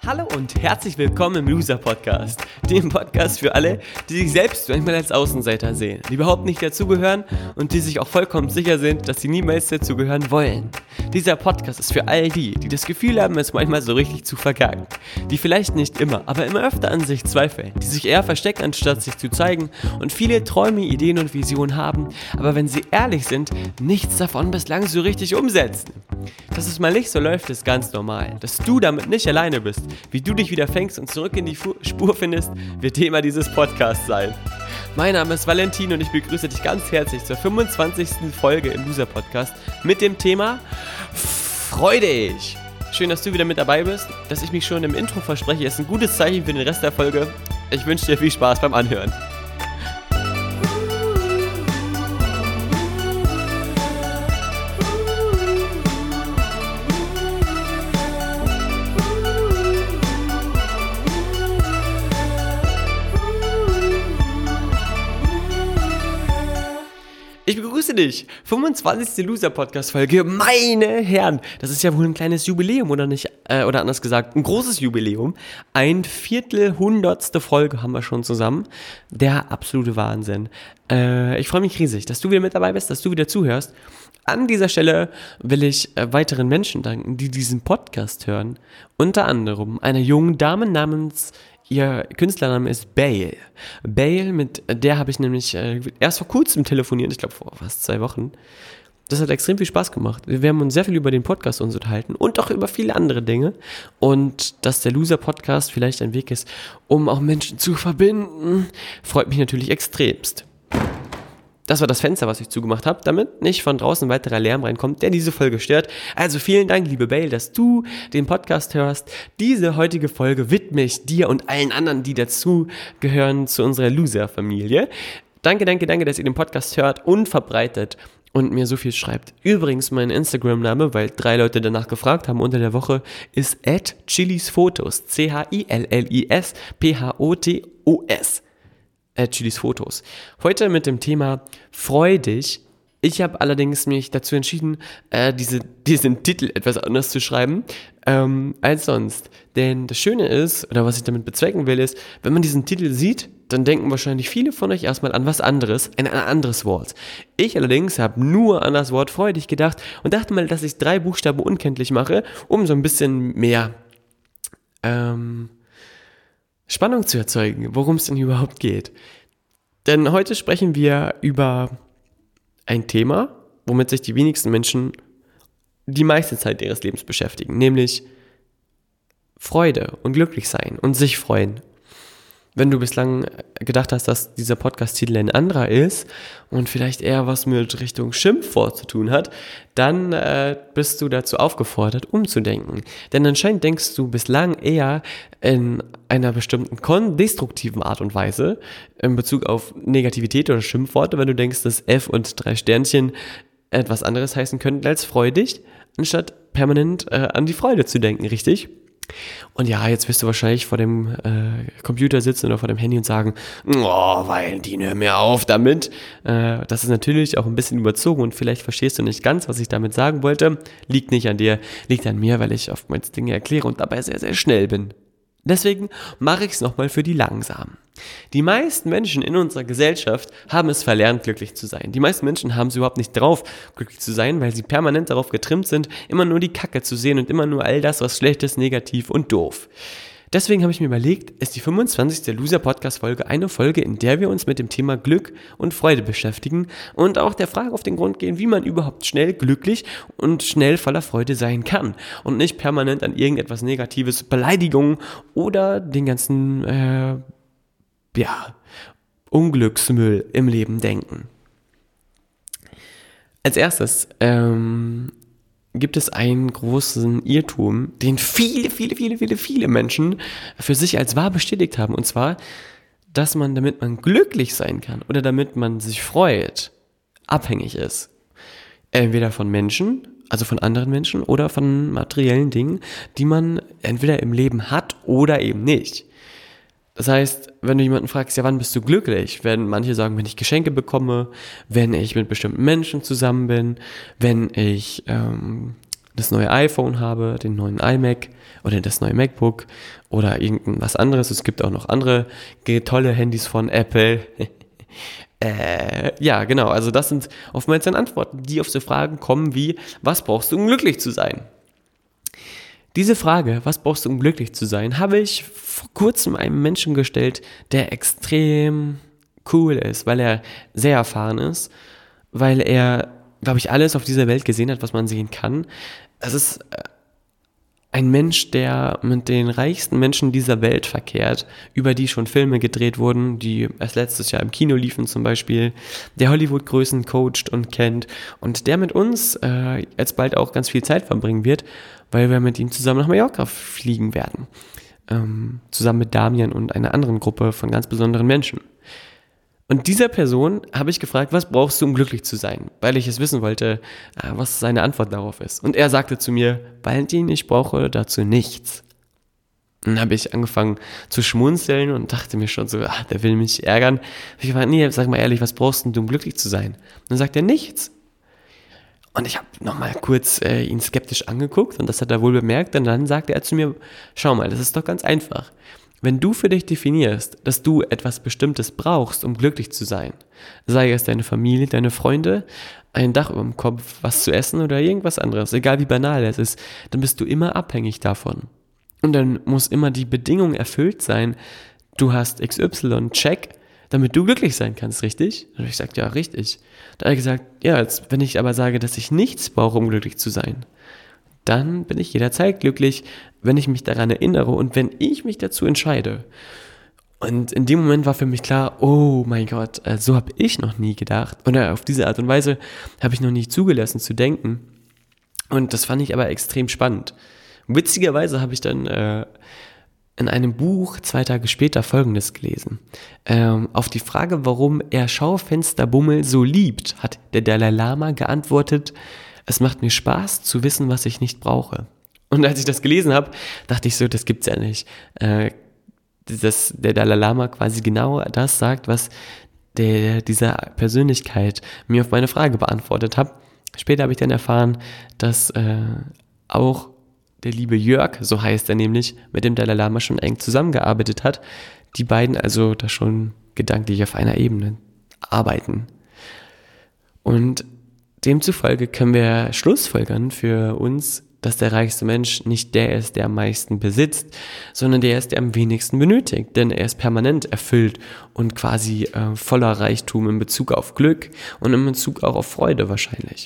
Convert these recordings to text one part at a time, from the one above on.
Hallo und herzlich willkommen im Loser Podcast, dem Podcast für alle, die sich selbst manchmal als Außenseiter sehen, die überhaupt nicht dazugehören und die sich auch vollkommen sicher sind, dass sie niemals dazugehören wollen. Dieser Podcast ist für all die, die das Gefühl haben, es manchmal so richtig zu verkacken, die vielleicht nicht immer, aber immer öfter an sich zweifeln, die sich eher verstecken, anstatt sich zu zeigen und viele Träume, Ideen und Visionen haben, aber wenn sie ehrlich sind, nichts davon bislang so richtig umsetzen. Dass es mal nicht so läuft, ist ganz normal. Dass du damit nicht alleine bist, wie du dich wieder fängst und zurück in die Spur findest, wird Thema dieses Podcasts sein. Mein Name ist Valentin und ich begrüße dich ganz herzlich zur 25. Folge im Loser Podcast mit dem Thema Freu dich! Schön, dass du wieder mit dabei bist. Dass ich mich schon im Intro verspreche, ist ein gutes Zeichen für den Rest der Folge. Ich wünsche dir viel Spaß beim Anhören. Ich begrüße dich, 25. Loser-Podcast-Folge, meine Herren, das ist ja wohl ein kleines Jubiläum, oder nicht, oder anders gesagt, ein großes Jubiläum, 1/400. Folge haben wir schon zusammen, der absolute Wahnsinn. Ich freue mich riesig, dass du wieder mit dabei bist, dass du wieder zuhörst. An dieser Stelle will ich weiteren Menschen danken, die diesen Podcast hören, unter anderem einer jungen Dame namens... Ihr Künstlername ist Bale. Bale, mit der habe ich nämlich erst vor kurzem telefoniert, ich glaube vor fast 2 Wochen. Das hat extrem viel Spaß gemacht. Wir haben uns sehr viel über den Podcast uns unterhalten und auch über viele andere Dinge. Und dass der Loser-Podcast vielleicht ein Weg ist, um auch Menschen zu verbinden, freut mich natürlich extremst. Das war das Fenster, was ich zugemacht habe, damit nicht von draußen weiterer Lärm reinkommt, der diese Folge stört. Also vielen Dank, liebe Bale, dass du den Podcast hörst. Diese heutige Folge widme ich dir und allen anderen, die dazu gehören, zu unserer Loser-Familie. Danke, dass ihr den Podcast hört und verbreitet und mir so viel schreibt. Übrigens, mein Instagram-Name, weil 3 Leute danach gefragt haben unter der Woche, ist @chilisfotos. CHILLISPHOTOS. Chilis Fotos. Heute mit dem Thema Freu dich. Ich habe allerdings mich dazu entschieden, diesen Titel etwas anders zu schreiben als sonst. Denn das Schöne ist, oder was ich damit bezwecken will, ist, wenn man diesen Titel sieht, dann denken wahrscheinlich viele von euch erstmal an was anderes, an ein anderes Wort. Ich allerdings habe nur an das Wort Freu dich gedacht und dachte mal, dass ich 3 Buchstaben unkenntlich mache, um so ein bisschen mehr Spannung zu erzeugen, worum es denn überhaupt geht. Denn heute sprechen wir über ein Thema, womit sich die wenigsten Menschen die meiste Zeit ihres Lebens beschäftigen, nämlich Freude und glücklich sein und sich freuen. Wenn du bislang gedacht hast, dass dieser Podcast-Titel ein anderer ist und vielleicht eher was mit Richtung Schimpfwort zu tun hat, dann bist du dazu aufgefordert, umzudenken. Denn anscheinend denkst du bislang eher in einer bestimmten destruktiven Art und Weise in Bezug auf Negativität oder Schimpfworte, wenn du denkst, dass F und 3 Sternchen etwas anderes heißen könnten als freudig, anstatt permanent an die Freude zu denken, richtig? Und ja, jetzt wirst du wahrscheinlich vor dem Computer sitzen oder vor dem Handy und sagen, oh, Valentin, hör mir auf damit. Das ist natürlich auch ein bisschen überzogen und vielleicht verstehst du nicht ganz, was ich damit sagen wollte. Liegt nicht an dir, liegt an mir, weil ich oftmals Dinge erkläre und dabei sehr, sehr schnell bin. Deswegen mache ich es nochmal für die Langsamen. Die meisten Menschen in unserer Gesellschaft haben es verlernt, glücklich zu sein. Die meisten Menschen haben es überhaupt nicht drauf, glücklich zu sein, weil sie permanent darauf getrimmt sind, immer nur die Kacke zu sehen und immer nur all das, was schlecht ist, negativ und doof. Deswegen habe ich mir überlegt, ist die 25. Loser-Podcast-Folge eine Folge, in der wir uns mit dem Thema Glück und Freude beschäftigen und auch der Frage auf den Grund gehen, wie man überhaupt schnell glücklich und schnell voller Freude sein kann und nicht permanent an irgendetwas Negatives, Beleidigungen oder den ganzen Unglücksmüll im Leben denken. Als erstes gibt es einen großen Irrtum, den viele Menschen für sich als wahr bestätigt haben. Und zwar, dass man, damit man glücklich sein kann oder damit man sich freut, abhängig ist. Entweder von Menschen, also von anderen Menschen oder von materiellen Dingen, die man entweder im Leben hat oder eben nicht. Das heißt, wenn du jemanden fragst, ja, wann bist du glücklich? Werden manche sagen, wenn ich Geschenke bekomme, wenn ich mit bestimmten Menschen zusammen bin, wenn ich das neue iPhone habe, den neuen iMac oder das neue MacBook oder irgendwas anderes. Es gibt auch noch andere tolle Handys von Apple. Ja, genau. Also das sind oftmals dann Antworten, die auf so Fragen kommen wie, was brauchst du, um glücklich zu sein? Diese Frage, was brauchst du, um glücklich zu sein, habe ich vor kurzem einem Menschen gestellt, der extrem cool ist, weil er sehr erfahren ist, weil er, glaube ich, alles auf dieser Welt gesehen hat, was man sehen kann. Es ist ein Mensch, der mit den reichsten Menschen dieser Welt verkehrt, über die schon Filme gedreht wurden, die erst letztes Jahr im Kino liefen zum Beispiel, der Hollywood-Größen coacht und kennt und der mit uns jetzt bald auch ganz viel Zeit verbringen wird, weil wir mit ihm zusammen nach Mallorca fliegen werden. Zusammen mit Damian und einer anderen Gruppe von ganz besonderen Menschen. Und dieser Person habe ich gefragt, was brauchst du, um glücklich zu sein? Weil ich es wissen wollte, was seine Antwort darauf ist. Und er sagte zu mir, Valentin, ich brauche dazu nichts. Und dann habe ich angefangen zu schmunzeln und dachte mir schon so, der will mich ärgern. Ich habe gefragt, nee, sag mal ehrlich, was brauchst du, um glücklich zu sein? Und dann sagt er, nichts. Und ich habe nochmal kurz ihn skeptisch angeguckt und das hat er wohl bemerkt. Und dann sagte er zu mir, schau mal, das ist doch ganz einfach. Wenn du für dich definierst, dass du etwas Bestimmtes brauchst, um glücklich zu sein, sei es deine Familie, deine Freunde, ein Dach über dem Kopf, was zu essen oder irgendwas anderes, egal wie banal es ist, dann bist du immer abhängig davon. Und dann muss immer die Bedingung erfüllt sein, du hast XY, check, damit du glücklich sein kannst, richtig? Und ich sagte, ja, richtig. Da hat er gesagt, ja, jetzt, wenn ich aber sage, dass ich nichts brauche, um glücklich zu sein, dann bin ich jederzeit glücklich, wenn ich mich daran erinnere und wenn ich mich dazu entscheide. Und in dem Moment war für mich klar, oh mein Gott, so habe ich noch nie gedacht. Oder auf diese Art und Weise habe ich noch nicht zugelassen zu denken. Und das fand ich aber extrem spannend. Witzigerweise habe ich dann in einem Buch 2 Tage später Folgendes gelesen. Auf die Frage, warum er Schaufensterbummel so liebt, hat der Dalai Lama geantwortet, es macht mir Spaß zu wissen, was ich nicht brauche. Und als ich das gelesen habe, dachte ich so, das gibt's ja nicht. Dass der Dalai Lama quasi genau das sagt, was dieser Persönlichkeit mir auf meine Frage beantwortet hat. Später habe ich dann erfahren, dass auch der liebe Jörg, so heißt er nämlich, mit dem Dalai Lama schon eng zusammengearbeitet hat. Die beiden also da schon gedanklich auf einer Ebene arbeiten. Und demzufolge können wir schlussfolgern für uns, dass der reichste Mensch nicht der ist, der am meisten besitzt, sondern der ist, der am wenigsten benötigt, denn er ist permanent erfüllt und quasi voller Reichtum in Bezug auf Glück und in Bezug auch auf Freude wahrscheinlich.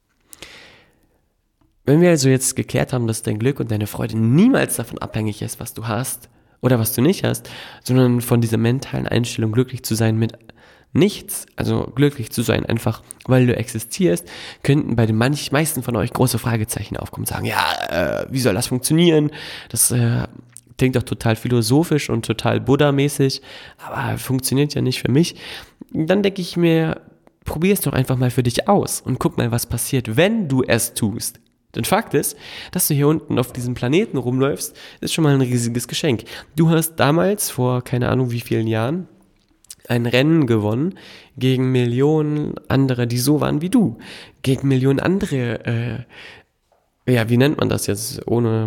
Wenn wir also jetzt geklärt haben, dass dein Glück und deine Freude niemals davon abhängig ist, was du hast oder was du nicht hast, sondern von dieser mentalen Einstellung, glücklich zu sein mit nichts, also glücklich zu sein, einfach weil du existierst, könnten bei den meisten von euch große Fragezeichen aufkommen und sagen, ja, wie soll das funktionieren? Das klingt doch total philosophisch und total Buddha-mäßig, aber funktioniert ja nicht für mich. Dann denke ich mir, probier es doch einfach mal für dich aus und guck mal, was passiert, wenn du es tust. Denn Fakt ist, dass du hier unten auf diesem Planeten rumläufst, ist schon mal ein riesiges Geschenk. Du hast damals, vor keine Ahnung wie vielen Jahren, ein Rennen gewonnen gegen Millionen andere, die so waren wie du. Gegen Millionen andere, wie nennt man das jetzt,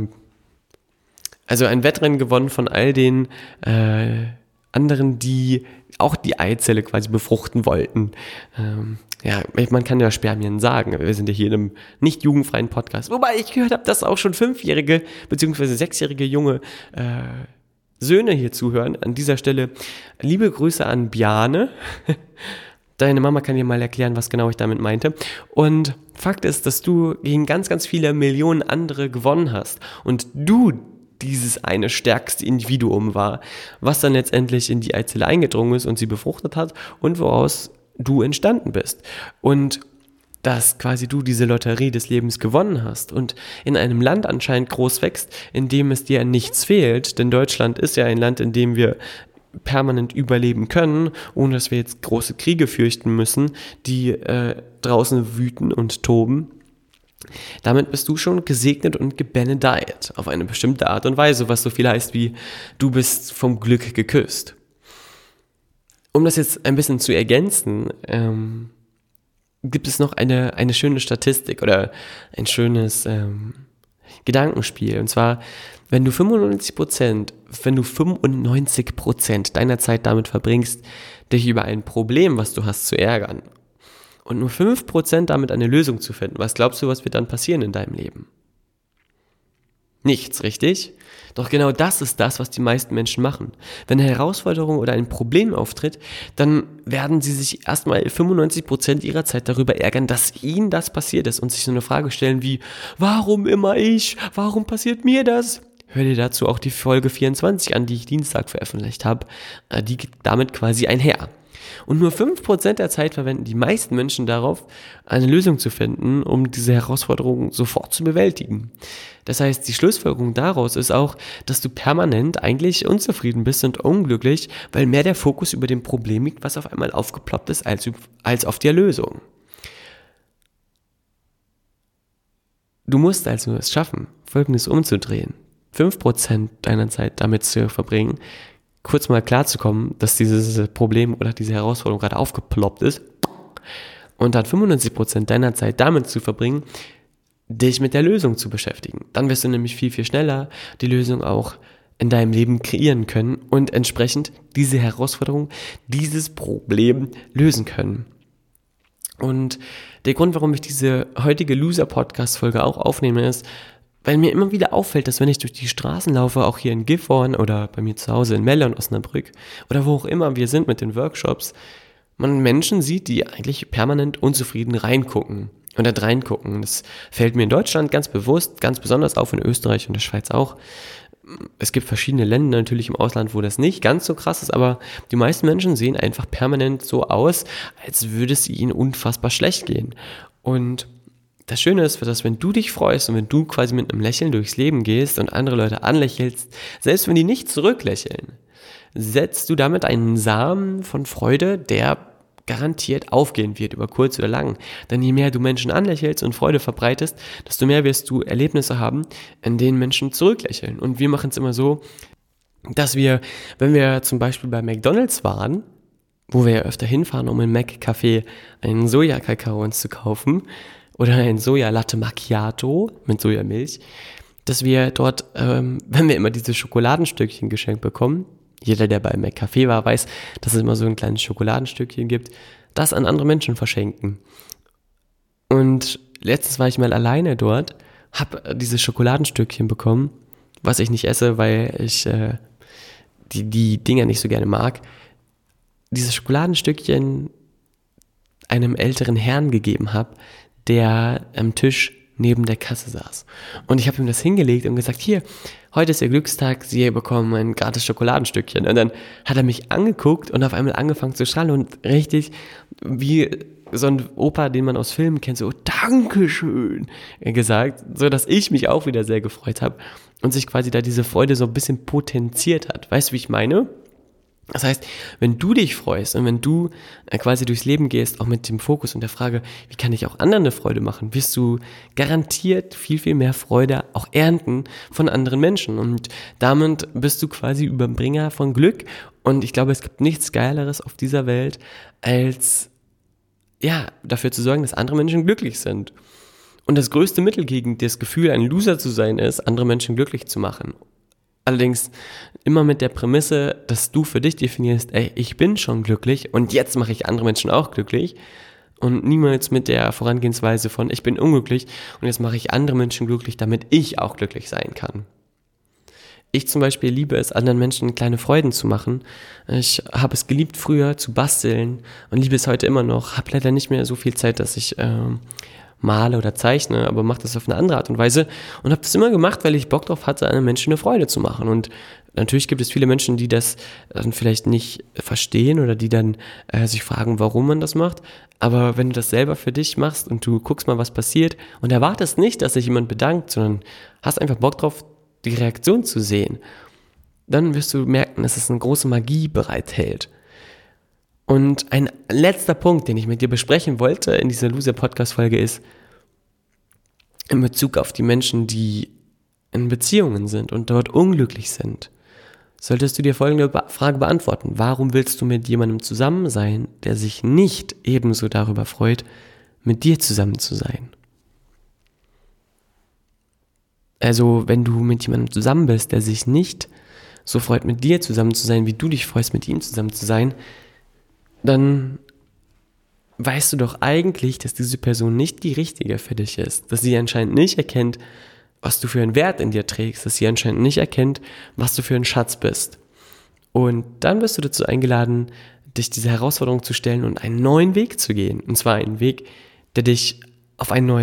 also ein Wettrennen gewonnen von all den anderen, die auch die Eizelle quasi befruchten wollten. Man kann ja Spermien sagen, wir sind ja hier in einem nicht jugendfreien Podcast. Wobei ich gehört habe, dass auch schon 5-jährige bzw. 6-jährige junge Söhne hier zuhören. An dieser Stelle liebe Grüße an Bjarne. Deine Mama kann dir mal erklären, was genau ich damit meinte. Und Fakt ist, dass du gegen ganz, ganz viele Millionen andere gewonnen hast. Und du dieses eine stärkste Individuum war, was dann letztendlich in die Eizelle eingedrungen ist und sie befruchtet hat und woraus du entstanden bist. Und dass quasi du diese Lotterie des Lebens gewonnen hast und in einem Land anscheinend groß wächst, in dem es dir an nichts fehlt, denn Deutschland ist ja ein Land, in dem wir permanent überleben können, ohne dass wir jetzt große Kriege fürchten müssen, die draußen wüten und toben. Damit bist du schon gesegnet und gebenedeit auf eine bestimmte Art und Weise, was so viel heißt wie, du bist vom Glück geküsst. Um das jetzt ein bisschen zu ergänzen, gibt es noch eine schöne Statistik oder ein schönes Gedankenspiel. Und zwar, wenn du 95% deiner Zeit damit verbringst, dich über ein Problem, was du hast, zu ärgern und nur 5% damit eine Lösung zu finden, was glaubst du, was wird dann passieren in deinem Leben? Nichts, richtig? Doch genau das ist das, was die meisten Menschen machen. Wenn eine Herausforderung oder ein Problem auftritt, dann werden sie sich erstmal 95% ihrer Zeit darüber ärgern, dass ihnen das passiert ist und sich so eine Frage stellen wie, warum immer ich? Warum passiert mir das? Hör dir dazu auch die Folge 24 an, die ich Dienstag veröffentlicht habe. Die geht damit quasi einher. Und nur 5% der Zeit verwenden die meisten Menschen darauf, eine Lösung zu finden, um diese Herausforderung sofort zu bewältigen. Das heißt, die Schlussfolgerung daraus ist auch, dass du permanent eigentlich unzufrieden bist und unglücklich, weil mehr der Fokus über dem Problem liegt, was auf einmal aufgeploppt ist, als auf der Lösung. Du musst also es schaffen, Folgendes umzudrehen. 5% deiner Zeit damit zu verbringen, kurz mal klarzukommen, dass dieses Problem oder diese Herausforderung gerade aufgeploppt ist und dann 95% deiner Zeit damit zu verbringen, dich mit der Lösung zu beschäftigen. Dann wirst du nämlich viel, viel schneller die Lösung auch in deinem Leben kreieren können und entsprechend diese Herausforderung, dieses Problem lösen können. Und der Grund, warum ich diese heutige Loser-Podcast-Folge auch aufnehme, ist, weil mir immer wieder auffällt, dass wenn ich durch die Straßen laufe, auch hier in Gifhorn oder bei mir zu Hause in Melle und Osnabrück oder wo auch immer wir sind mit den Workshops, man Menschen sieht, die eigentlich permanent unzufrieden reingucken und da reingucken. Das fällt mir in Deutschland ganz bewusst, ganz besonders auf, in Österreich und der Schweiz auch. Es gibt verschiedene Länder natürlich im Ausland, wo das nicht ganz so krass ist, aber die meisten Menschen sehen einfach permanent so aus, als würde es ihnen unfassbar schlecht gehen. Und das Schöne ist, dass wenn du dich freust und wenn du quasi mit einem Lächeln durchs Leben gehst und andere Leute anlächelst, selbst wenn die nicht zurücklächeln, setzt du damit einen Samen von Freude, der garantiert aufgehen wird, über kurz oder lang. Denn je mehr du Menschen anlächelst und Freude verbreitest, desto mehr wirst du Erlebnisse haben, in denen Menschen zurücklächeln. Und wir machen es immer so, dass wir, wenn wir zum Beispiel bei McDonald's waren, wo wir ja öfter hinfahren, um im Mac-Café einen Sojakakao uns zu kaufen, oder ein Soja-Latte Macchiato mit Sojamilch, dass wir dort, wenn wir immer diese Schokoladenstückchen geschenkt bekommen, jeder, der bei McCafé war, weiß, dass es immer so ein kleines Schokoladenstückchen gibt, das an andere Menschen verschenken. Und letztens war ich mal alleine dort, habe dieses Schokoladenstückchen bekommen, was ich nicht esse, weil ich die Dinger nicht so gerne mag. Dieses Schokoladenstückchen einem älteren Herrn gegeben habe, der am Tisch neben der Kasse saß. Und ich habe ihm das hingelegt und gesagt, hier, heute ist Ihr Glückstag, Sie bekommen ein gratis Schokoladenstückchen. Und dann hat er mich angeguckt und auf einmal angefangen zu strahlen und richtig wie so ein Opa, den man aus Filmen kennt, so Dankeschön gesagt, so dass ich mich auch wieder sehr gefreut habe und sich quasi da diese Freude so ein bisschen potenziert hat. Weißt du, wie ich meine? Das heißt, wenn du dich freust und wenn du quasi durchs Leben gehst, auch mit dem Fokus und der Frage, wie kann ich auch anderen eine Freude machen, wirst du garantiert viel, viel mehr Freude auch ernten von anderen Menschen. Und damit bist du quasi Überbringer von Glück. Und ich glaube, es gibt nichts Geileres auf dieser Welt, als dafür zu sorgen, dass andere Menschen glücklich sind. Und das größte Mittel gegen das Gefühl, ein Loser zu sein, ist, andere Menschen glücklich zu machen. Allerdings immer mit der Prämisse, dass du für dich definierst, ey, ich bin schon glücklich und jetzt mache ich andere Menschen auch glücklich und niemals mit der Vorangehensweise von, ich bin unglücklich und jetzt mache ich andere Menschen glücklich, damit ich auch glücklich sein kann. Ich zum Beispiel liebe es, anderen Menschen kleine Freuden zu machen. Ich habe es geliebt, früher zu basteln und liebe es heute immer noch. Habe leider nicht mehr so viel Zeit, dass ich male oder zeichne, aber mache das auf eine andere Art und Weise und habe das immer gemacht, weil ich Bock drauf hatte, einem Menschen eine Freude zu machen. Und natürlich gibt es viele Menschen, die das dann vielleicht nicht verstehen oder die dann sich fragen, warum man das macht. Aber wenn du das selber für dich machst und du guckst mal, was passiert und erwartest nicht, dass sich jemand bedankt, sondern hast einfach Bock drauf, die Reaktion zu sehen, dann wirst du merken, dass es eine große Magie bereithält. Und ein letzter Punkt, den ich mit dir besprechen wollte in dieser Loser-Podcast-Folge ist, in Bezug auf die Menschen, die in Beziehungen sind und dort unglücklich sind, solltest du dir folgende Frage beantworten. Warum willst du mit jemandem zusammen sein, der sich nicht ebenso darüber freut, mit dir zusammen zu sein. Also wenn du mit jemandem zusammen bist, der sich nicht so freut, mit dir zusammen zu sein, wie du dich freust, mit ihm zusammen zu sein, dann weißt du doch eigentlich, dass diese Person nicht die richtige für dich ist. Dass sie anscheinend nicht erkennt, was du für einen Wert in dir trägst. Dass sie anscheinend nicht erkennt, was du für ein Schatz bist. Und dann wirst du dazu eingeladen, dich dieser Herausforderung zu stellen und einen neuen Weg zu gehen. Und zwar einen Weg, der dich auf eine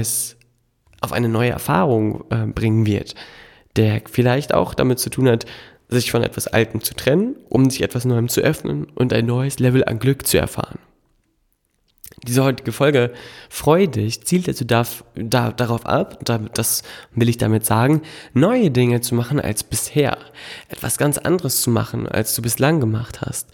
neue Erfahrung bringen wird. Der vielleicht auch damit zu tun hat, sich von etwas Altem zu trennen, um sich etwas Neuem zu öffnen und ein neues Level an Glück zu erfahren. Diese heutige Folge Freu dich zielt also darauf ab, das will ich damit sagen, neue Dinge zu machen als bisher. Etwas ganz anderes zu machen, als du bislang gemacht hast.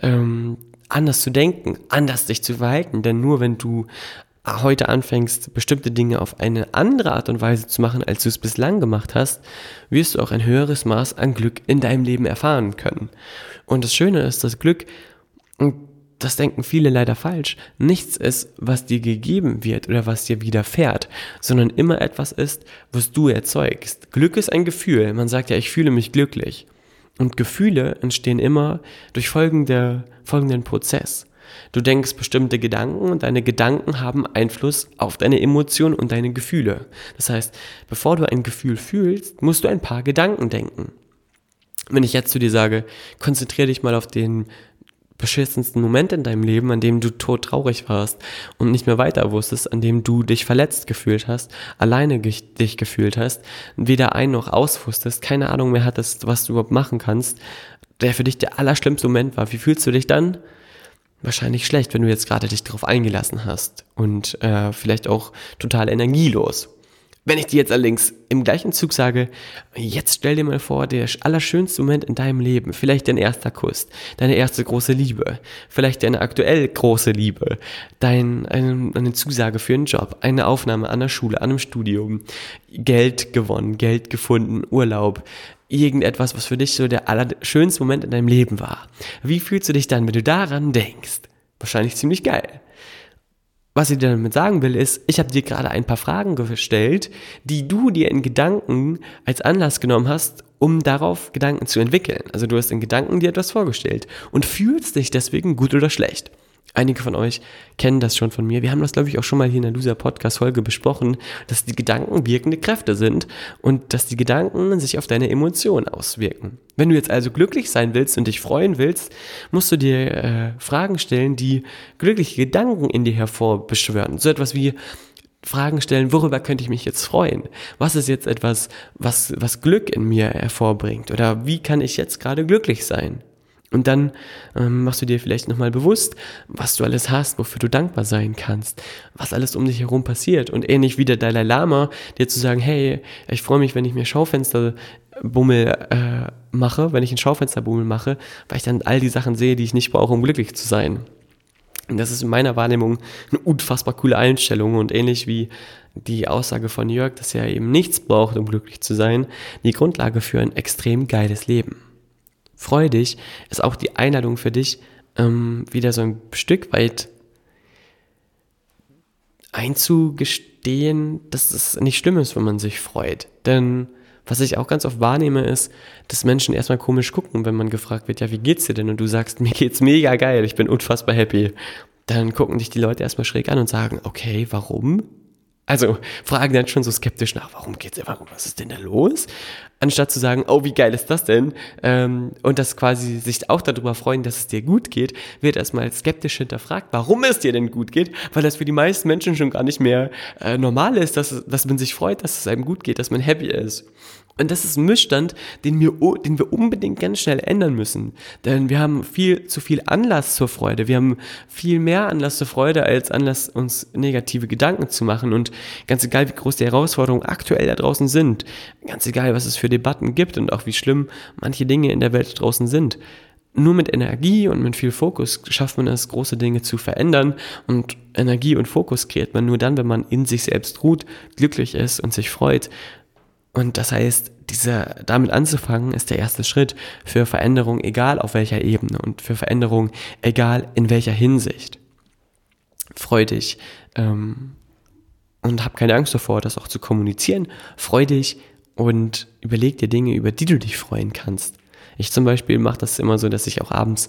Anders zu denken, anders dich zu verhalten, denn nur wenn du heute anfängst, bestimmte Dinge auf eine andere Art und Weise zu machen, als du es bislang gemacht hast, wirst du auch ein höheres Maß an Glück in deinem Leben erfahren können. Und das Schöne ist, dass Glück, und das denken viele leider falsch, nichts ist, was dir gegeben wird oder was dir widerfährt, sondern immer etwas ist, was du erzeugst. Glück ist ein Gefühl. Man sagt ja, ich fühle mich glücklich. Und Gefühle entstehen immer durch folgenden Prozess. Du denkst bestimmte Gedanken und deine Gedanken haben Einfluss auf deine Emotionen und deine Gefühle. Das heißt, bevor du ein Gefühl fühlst, musst du ein paar Gedanken denken. Wenn ich jetzt zu dir sage, konzentriere dich mal auf den beschissensten Moment in deinem Leben, an dem du todtraurig warst und nicht mehr weiter wusstest, an dem du dich verletzt gefühlt hast, alleine dich gefühlt hast, weder ein- noch aus wusstest, keine Ahnung mehr hattest, was du überhaupt machen kannst, der für dich der allerschlimmste Moment war. Wie fühlst du dich dann? Wahrscheinlich schlecht, wenn du jetzt gerade dich darauf eingelassen hast und vielleicht auch total energielos. Wenn ich dir jetzt allerdings im gleichen Zug sage, jetzt stell dir mal vor, der allerschönste Moment in deinem Leben, vielleicht dein erster Kuss, deine erste große Liebe, vielleicht deine aktuell große Liebe, eine Zusage für einen Job, eine Aufnahme an der Schule, an einem Studium, Geld gewonnen, Geld gefunden, Urlaub, irgendetwas, was für dich so der allerschönste Moment in deinem Leben war. Wie fühlst du dich dann, wenn du daran denkst? Wahrscheinlich ziemlich geil. Was ich dir damit sagen will, ist, ich habe dir gerade ein paar Fragen gestellt, die du dir in Gedanken als Anlass genommen hast, um darauf Gedanken zu entwickeln. Also du hast in Gedanken dir etwas vorgestellt und fühlst dich deswegen gut oder schlecht. Einige von euch kennen das schon von mir. Wir haben das, glaube ich, auch schon mal hier in der Loser-Podcast-Folge besprochen, dass die Gedanken wirkende Kräfte sind und dass die Gedanken sich auf deine Emotionen auswirken. Wenn du jetzt also glücklich sein willst und dich freuen willst, musst du dir Fragen stellen, die glückliche Gedanken in dir hervorbeschwören. So etwas wie Fragen stellen, worüber könnte ich mich jetzt freuen? Was ist jetzt etwas, was Glück in mir hervorbringt? Oder wie kann ich jetzt gerade glücklich sein? Und dann machst du dir vielleicht nochmal bewusst, was du alles hast, wofür du dankbar sein kannst, was alles um dich herum passiert. Und ähnlich wie der Dalai Lama, dir zu sagen, hey, ich freue mich, wenn ich mir Schaufensterbummel mache, wenn ich einen Schaufensterbummel mache, weil ich dann all die Sachen sehe, die ich nicht brauche, um glücklich zu sein. Und das ist in meiner Wahrnehmung eine unfassbar coole Einstellung und ähnlich wie die Aussage von Jörg, dass er eben nichts braucht, um glücklich zu sein, die Grundlage für ein extrem geiles Leben. Freu dich ist auch die Einladung für dich, wieder so ein Stück weit einzugestehen, dass es nicht schlimm ist, wenn man sich freut. Denn was ich auch ganz oft wahrnehme, ist, dass Menschen erstmal komisch gucken, wenn man gefragt wird, ja, wie geht's dir denn? Und du sagst, mir geht's mega geil, ich bin unfassbar happy. Dann gucken dich die Leute erstmal schräg an und sagen, okay, warum? Also fragen dann schon so skeptisch nach, was ist denn da los? Anstatt zu sagen, oh, wie geil ist das denn? Und das quasi sich auch darüber freuen, dass es dir gut geht, wird erstmal skeptisch hinterfragt, warum es dir denn gut geht, weil das für die meisten Menschen schon gar nicht mehr normal ist, dass man sich freut, dass es einem gut geht, dass man happy ist. Und das ist ein Missstand, den wir unbedingt ganz schnell ändern müssen. Denn wir haben viel zu viel Anlass zur Freude. Wir haben viel mehr Anlass zur Freude als Anlass, uns negative Gedanken zu machen. Und ganz egal, wie groß die Herausforderungen aktuell da draußen sind, ganz egal, was es für Debatten gibt und auch wie schlimm manche Dinge in der Welt draußen sind, nur mit Energie und mit viel Fokus schafft man es, große Dinge zu verändern. Und Energie und Fokus kreiert man nur dann, wenn man in sich selbst ruht, glücklich ist und sich freut. Und das heißt, damit anzufangen, ist der erste Schritt für Veränderung, egal auf welcher Ebene und für Veränderung, egal in welcher Hinsicht. Freu dich und hab keine Angst davor, das auch zu kommunizieren. Freu dich und überleg dir Dinge, über die du dich freuen kannst. Ich zum Beispiel mache das immer so, dass ich auch abends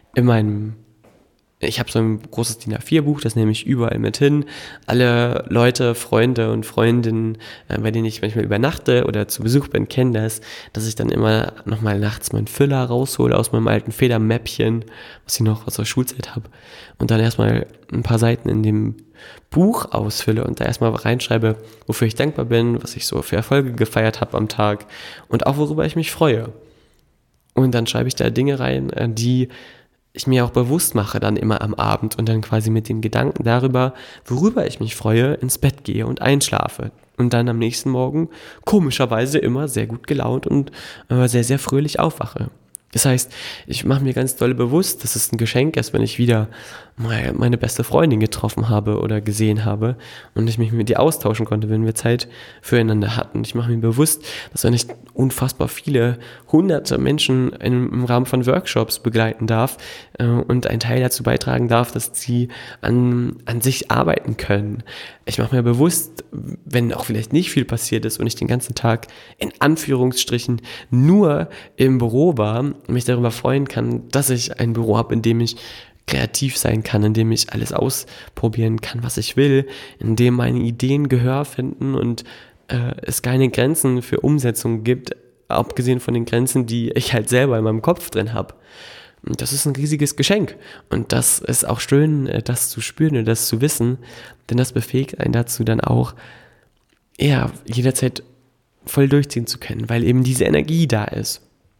ich habe so ein großes DIN A4-Buch, das nehme ich überall mit hin. Alle Leute, Freunde und Freundinnen, bei denen ich manchmal übernachte oder zu Besuch bin, kennen das, dass ich dann immer nochmal nachts meinen Füller raushole aus meinem alten Federmäppchen, was ich noch aus der Schulzeit habe, und dann erstmal ein paar Seiten in dem Buch ausfülle und da erstmal reinschreibe, wofür ich dankbar bin, was ich so für Erfolge gefeiert habe am Tag und auch worüber ich mich freue. Und dann schreibe ich da Dinge rein, die ich mir auch bewusst mache dann immer am Abend und dann quasi mit den Gedanken darüber, worüber ich mich freue, ins Bett gehe und einschlafe. Und dann am nächsten Morgen komischerweise immer sehr gut gelaunt und sehr, sehr fröhlich aufwache. Das heißt, ich mache mir ganz doll bewusst, dass es ein Geschenk ist, wenn ich wieder mal meine beste Freundin getroffen habe oder gesehen habe und ich mich mit ihr austauschen konnte, wenn wir Zeit füreinander hatten. Ich mache mir bewusst, dass wenn ich unfassbar viele hunderte Menschen im Rahmen von Workshops begleiten darf und einen Teil dazu beitragen darf, dass sie an sich arbeiten können. Ich mache mir bewusst, wenn auch vielleicht nicht viel passiert ist und ich den ganzen Tag in Anführungsstrichen nur im Büro war, mich darüber freuen kann, dass ich ein Büro habe, in dem ich kreativ sein kann, in dem ich alles ausprobieren kann, was ich will, in dem meine Ideen Gehör finden und es keine Grenzen für Umsetzung gibt, abgesehen von den Grenzen, die ich halt selber in meinem Kopf drin habe. Und das ist ein riesiges Geschenk und das ist auch schön, das zu spüren und das zu wissen, denn das befähigt einen dazu dann auch, jederzeit voll durchziehen zu können, weil eben diese Energie da ist.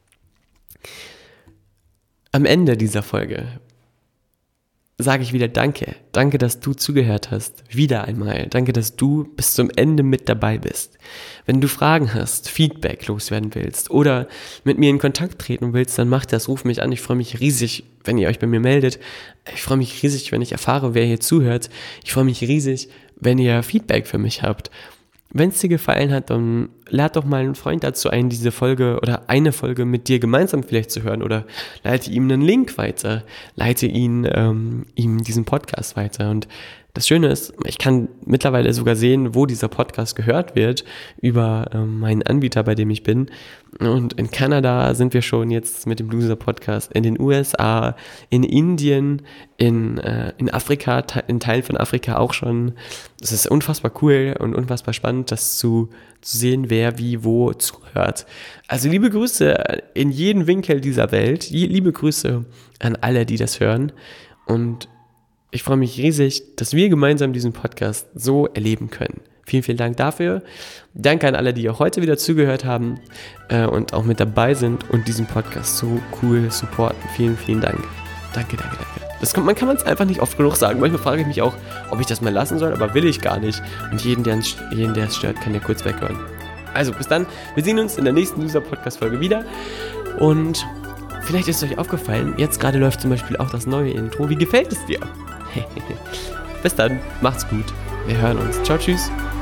Am Ende dieser Folge sage ich wieder Danke. Danke, dass du zugehört hast. Wieder einmal. Danke, dass du bis zum Ende mit dabei bist. Wenn du Fragen hast, Feedback loswerden willst oder mit mir in Kontakt treten willst, dann mach das, ruf mich an. Ich freue mich riesig, wenn ihr euch bei mir meldet. Ich freue mich riesig, wenn ich erfahre, wer hier zuhört. Ich freue mich riesig, wenn ihr Feedback für mich habt. Wenn es dir gefallen hat, dann lad doch mal einen Freund dazu ein, diese Folge oder eine Folge mit dir gemeinsam vielleicht zu hören oder leite ihm einen Link weiter, leite ihm diesen Podcast weiter. Und das Schöne ist, ich kann mittlerweile sogar sehen, wo dieser Podcast gehört wird über meinen Anbieter, bei dem ich bin. Und in Kanada sind wir schon jetzt mit dem Loser Podcast, in den USA, in Indien, in Afrika, in Teilen von Afrika auch schon. Es ist unfassbar cool und unfassbar spannend, das zu sehen, wer wie wo zuhört. Also liebe Grüße in jeden Winkel dieser Welt, liebe Grüße an alle, die das hören. Und ich freue mich riesig, dass wir gemeinsam diesen Podcast so erleben können. Vielen, vielen Dank dafür. Danke an alle, die auch heute wieder zugehört haben und auch mit dabei sind und diesen Podcast so cool supporten. Vielen, vielen Dank. Danke, danke, danke. Man kann es einfach nicht oft genug sagen. Manchmal frage ich mich auch, ob ich das mal lassen soll, aber will ich gar nicht. Und jeden, der es stört, kann ja kurz weghören. Also, bis dann. Wir sehen uns in der nächsten Loser-Podcast-Folge wieder. Und vielleicht ist es euch aufgefallen, jetzt gerade läuft zum Beispiel auch das neue Intro. Wie gefällt es dir? Bis dann. Macht's gut. Wir hören uns. Ciao, tschüss.